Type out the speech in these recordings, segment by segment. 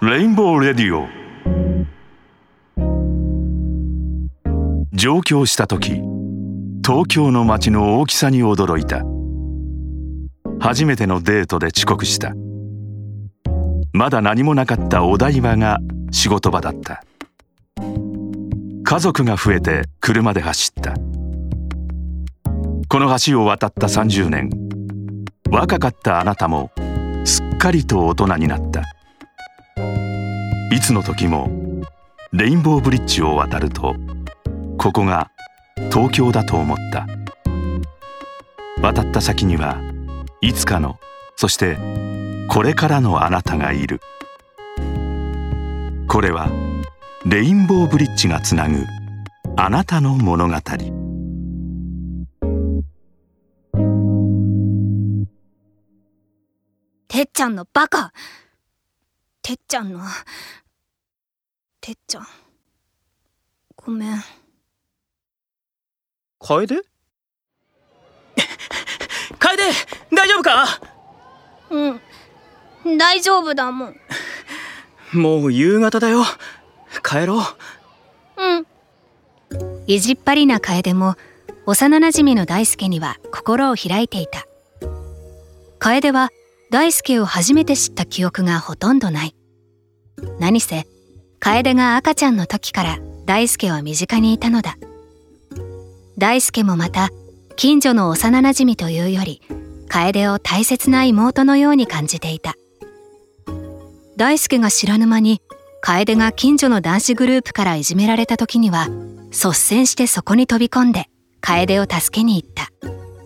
レインボーレディオ。上京した時、東京の街の大きさに驚いた。初めてのデートで遅刻した。まだ何もなかったお台場が仕事場だった。家族が増えて車で走った。この橋を渡った30年、若かったあなたもすっかりと大人になった。いつの時もレインボーブリッジを渡ると、ここが東京だと思った。渡った先にはいつかの、そしてこれからのあなたがいる。これはレインボーブリッジがつなぐあなたの物語。 てっちゃんのバカ。てっちゃん、ごめん。 楓？楓、大丈夫か？ うん、大丈夫だもん。 もう夕方だよ。帰ろう。 うん。 意地っ張りな楓も幼なじみの大輔には心を開いていた。楓は大輔を初めて知った記憶がほとんどない。何せ楓が赤ちゃんの時から大輔は身近にいたのだ。大輔もまた近所の幼なじみというより楓を大切な妹のように感じていた。大輔が知らぬ間に楓が近所の男子グループからいじめられた時には率先してそこに飛び込んで楓を助けに行った。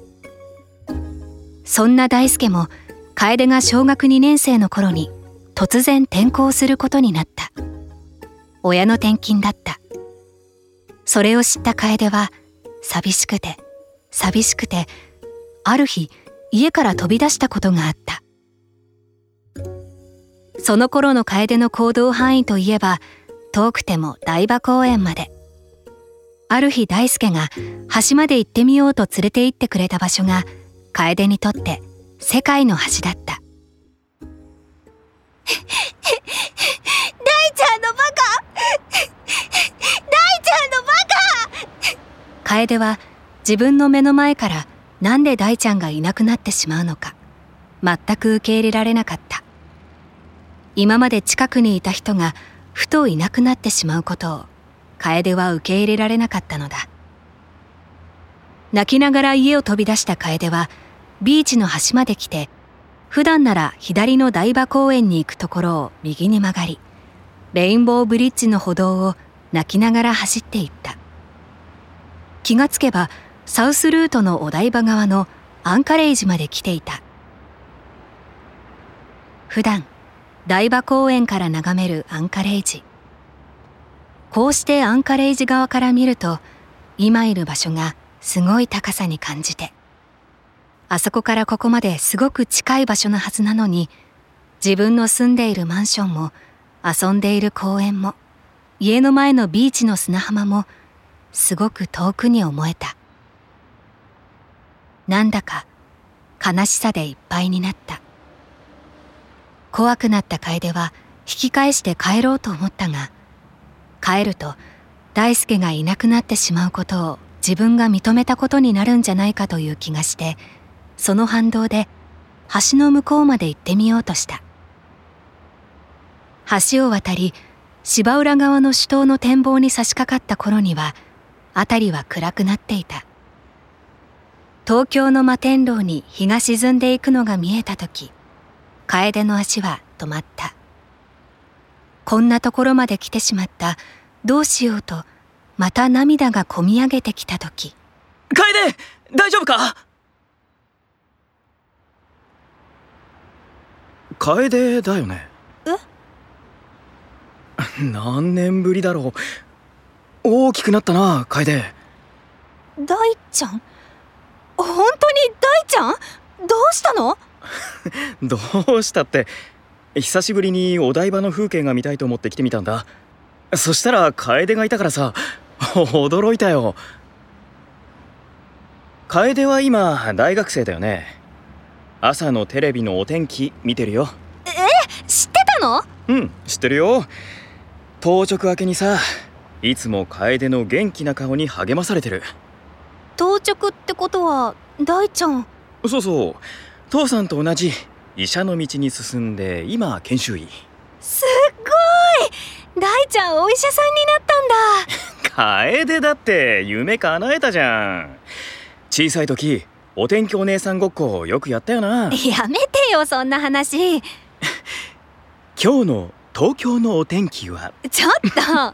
そんな大輔も楓が小学2年生の頃に突然転校することになった。親の転勤だった。それを知った楓は寂しくてある日家から飛び出したことがあった。その頃の楓の行動範囲といえば遠くても台場公園まで。ある日大輔が橋まで行ってみようと連れて行ってくれた場所が楓にとって世界の橋だった。 大ちゃんのバカ。大ちゃんのバカ。 楓は自分の目の前からなんで大ちゃんがいなくなってしまうのか全く受け入れられなかった。今まで近くにいた人がふといなくなってしまうことを楓は受け入れられなかったのだ。泣きながら家を飛び出した楓はビーチの端まで来て、普段なら左の台場公園に行くところを右に曲がり、レインボーブリッジの歩道を泣きながら走っていった。気がつけばサウスルートのお台場側のアンカレイジまで来ていた。普段台場公園から眺めるアンカレイジ。こうしてアンカレイジ側から見ると今いる場所がすごい高さに感じて、あそこからここまですごく近い場所のはずなのに、自分の住んでいるマンションも遊んでいる公園も家の前のビーチの砂浜もすごく遠くに思えた。なんだか悲しさでいっぱいになった。怖くなった楓は引き返して帰ろうと思ったが、帰ると大輔がいなくなってしまうことを自分が認めたことになるんじゃないかという気がして、その反動で橋の向こうまで行ってみようとした。橋を渡り芝浦側の主塔の展望に差し掛かった頃には辺りは暗くなっていた。東京の摩天楼に日が沈んでいくのが見えた時、楓の足は止まった。こんなところまで来てしまった、どうしようとまた涙がこみ上げてきた時、 楓、大丈夫か？楓だよね。何年ぶりだろう。大きくなったな、楓。 大ちゃん？本当に大ちゃん？どうしたの？ どうしたって、久しぶりにお台場の風景が見たいと思って来てみたんだ。そしたら楓がいたからさ、驚いたよ。楓は今大学生だよね。朝のテレビのお天気見てるよ。 知ってたの？ 知ってるよ。当直明けにさ、いつも楓の元気な顔に励まされてる。 当直ってことは大ちゃん。 そうそう、父さんと同じ医者の道に進んで今研修医。 すっごい、大ちゃんお医者さんになったんだ。 楓だって夢叶えたじゃん。小さい時お天気お姉さんごっこよくやったよな。 やめてよそんな話。 今日の東京のお天気は。 ちょっ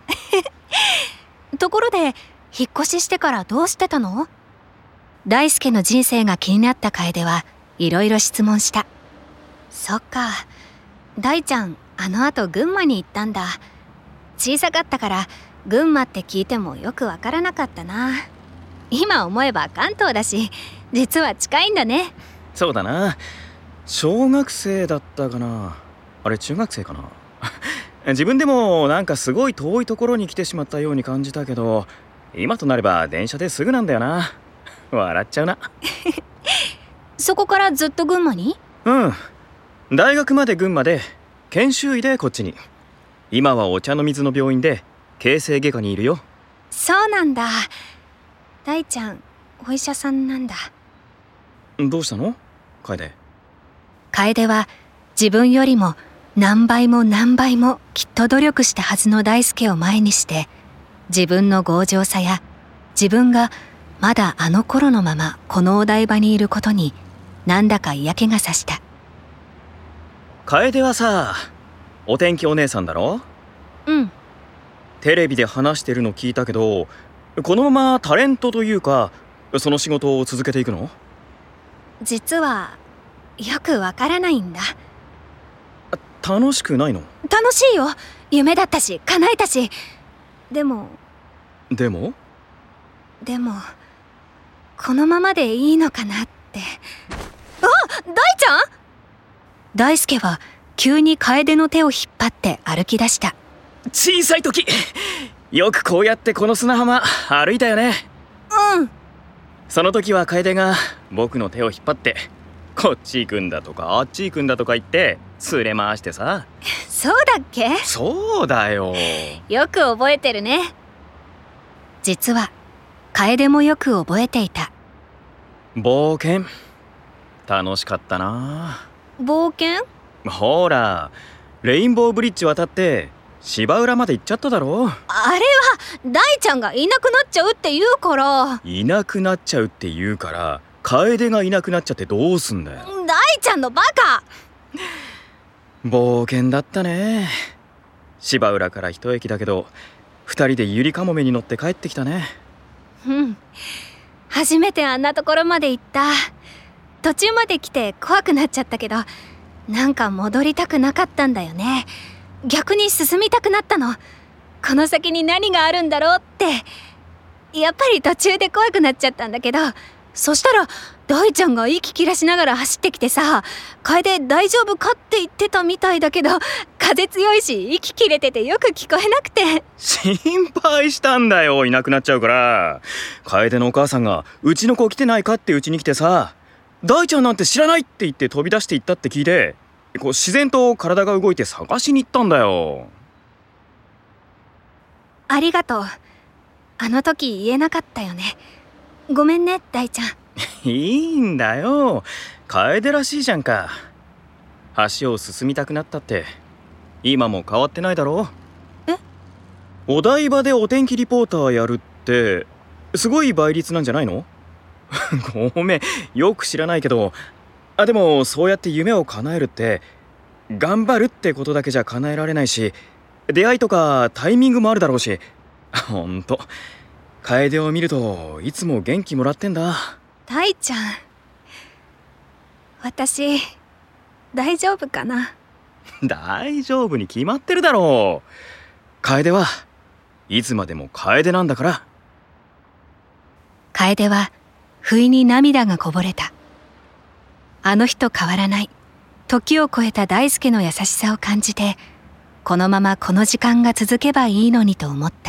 とところで引っ越ししてからどうしてたの？ 大輔の人生が気になった楓はいろいろ質問した。 そっか、大ちゃんあの後群馬に行ったんだ。小さかったから群馬って聞いてもよくわからなかったな。今思えば関東だし実は近いんだね。 そうだな、小学生だったかな、あれ中学生かな。自分でもなんかすごい遠いところに来てしまったように感じたけど、今となれば電車ですぐなんだよな。笑っちゃうな。 そこからずっと群馬に？ 大学まで群馬で研修医でこっちに。今はお茶の水の病院で形成外科にいるよ。 そうなんだ。大ちゃんお医者さんなんだ。 どうしたの楓？ 楓は自分よりも何倍も何倍もきっと努力したはずの大輔を前にして、自分の強情さや自分がまだあの頃のままこのお台場にいることになんだか嫌気がさした。 楓はさ、お天気お姉さんだろ？テレビで話してるの聞いたけど、このままタレントというかその仕事を続けていくの？ 実はよくわからないんだ。 楽しくないの？ 楽しいよ、夢だったし叶えたし。でもこのままでいいのかなって。あ、大ちゃん？ 大輔は急に楓の手を引っ張って歩き出した。 小さい時よくこうやってこの砂浜歩いたよね。その時は楓が僕の手を引っ張ってこっち行くんだとかあっち行くんだとか言って連れ回してさ。 そうだっけ？ そうだよ。 よく覚えてるね。 実は楓もよく覚えていた。 冒険楽しかったな。 冒険？ ほらレインボーブリッジ渡って芝浦まで行っちゃっただろ。 あれは大ちゃんがいなくなっちゃうって言うから。 いなくなっちゃうって言うから楓がいなくなっちゃってどうすんだよ。 大ちゃんのバカ。 冒険だったね。芝浦から一駅だけど二人でゆりかもめに乗って帰ってきたね。 初めてあんなところまで行った。途中まで来て怖くなっちゃったけど、なんか戻りたくなかったんだよね。逆に進みたくなったの。この先に何があるんだろうって。やっぱり途中で怖くなっちゃったんだけど、そしたら大ちゃんが息切らしながら走ってきてさ、楓大丈夫かって言ってたみたいだけど、風強いし息切れててよく聞こえなくて。 心配したんだよ、いなくなっちゃうから。楓のお母さんがうちの子来てないかってうちに来てさ、大ちゃんなんて知らないって言って飛び出していったって聞いて、こう自然と体が動いて探しに行ったんだよ。 ありがとう。あの時言えなかったよね。ごめんね大ちゃん。 いいんだよ、楓らしいじゃんか。橋を進みたくなったって今も変わってないだろ。お台場でお天気リポーターやるってすごい倍率なんじゃないの？ごめん、よく知らないけど。でもそうやって夢を叶えるって頑張るってことだけじゃ叶えられないし、出会いとかタイミングもあるだろうし。ほんと楓を見るといつも元気もらってんだ。 大ちゃん、私大丈夫かな？ 大丈夫に決まってるだろう。楓はいつまでも楓なんだから。 楓は不意に涙がこぼれた。あの日と変わらない時を超えた大輔の優しさを感じて、このままこの時間が続けばいいのにと思った。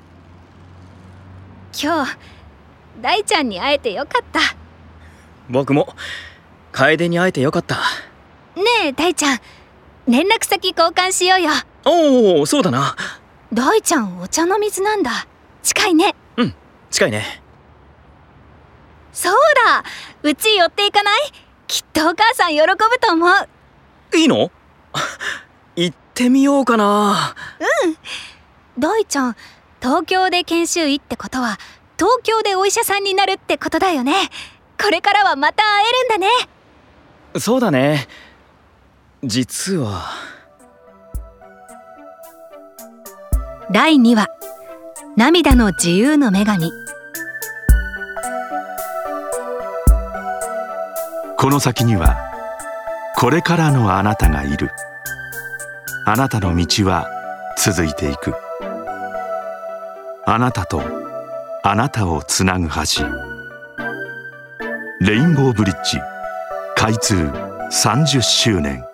今日大ちゃんに会えてよかった。 僕も楓に会えてよかった。 ねえ大ちゃん、 連絡先交換しようよ。 おお、そうだな。 大ちゃんお茶の水なんだ。近いね。 うん、近いね。 そうだ、うち寄っていかない？きっとお母さん喜ぶと思う。 いいの？行ってみようかな。 うん。大ちゃん、東京で研修医ってことは東京でお医者さんになるってことだよね。これからはまた会えるんだね。 そうだね。実は第2話、涙の自由の女神。 この先にはこれからのあなたがいる。あなたの道は続いていく。あなたとあなたをつなぐ橋、レインボーブリッジ開通30周年。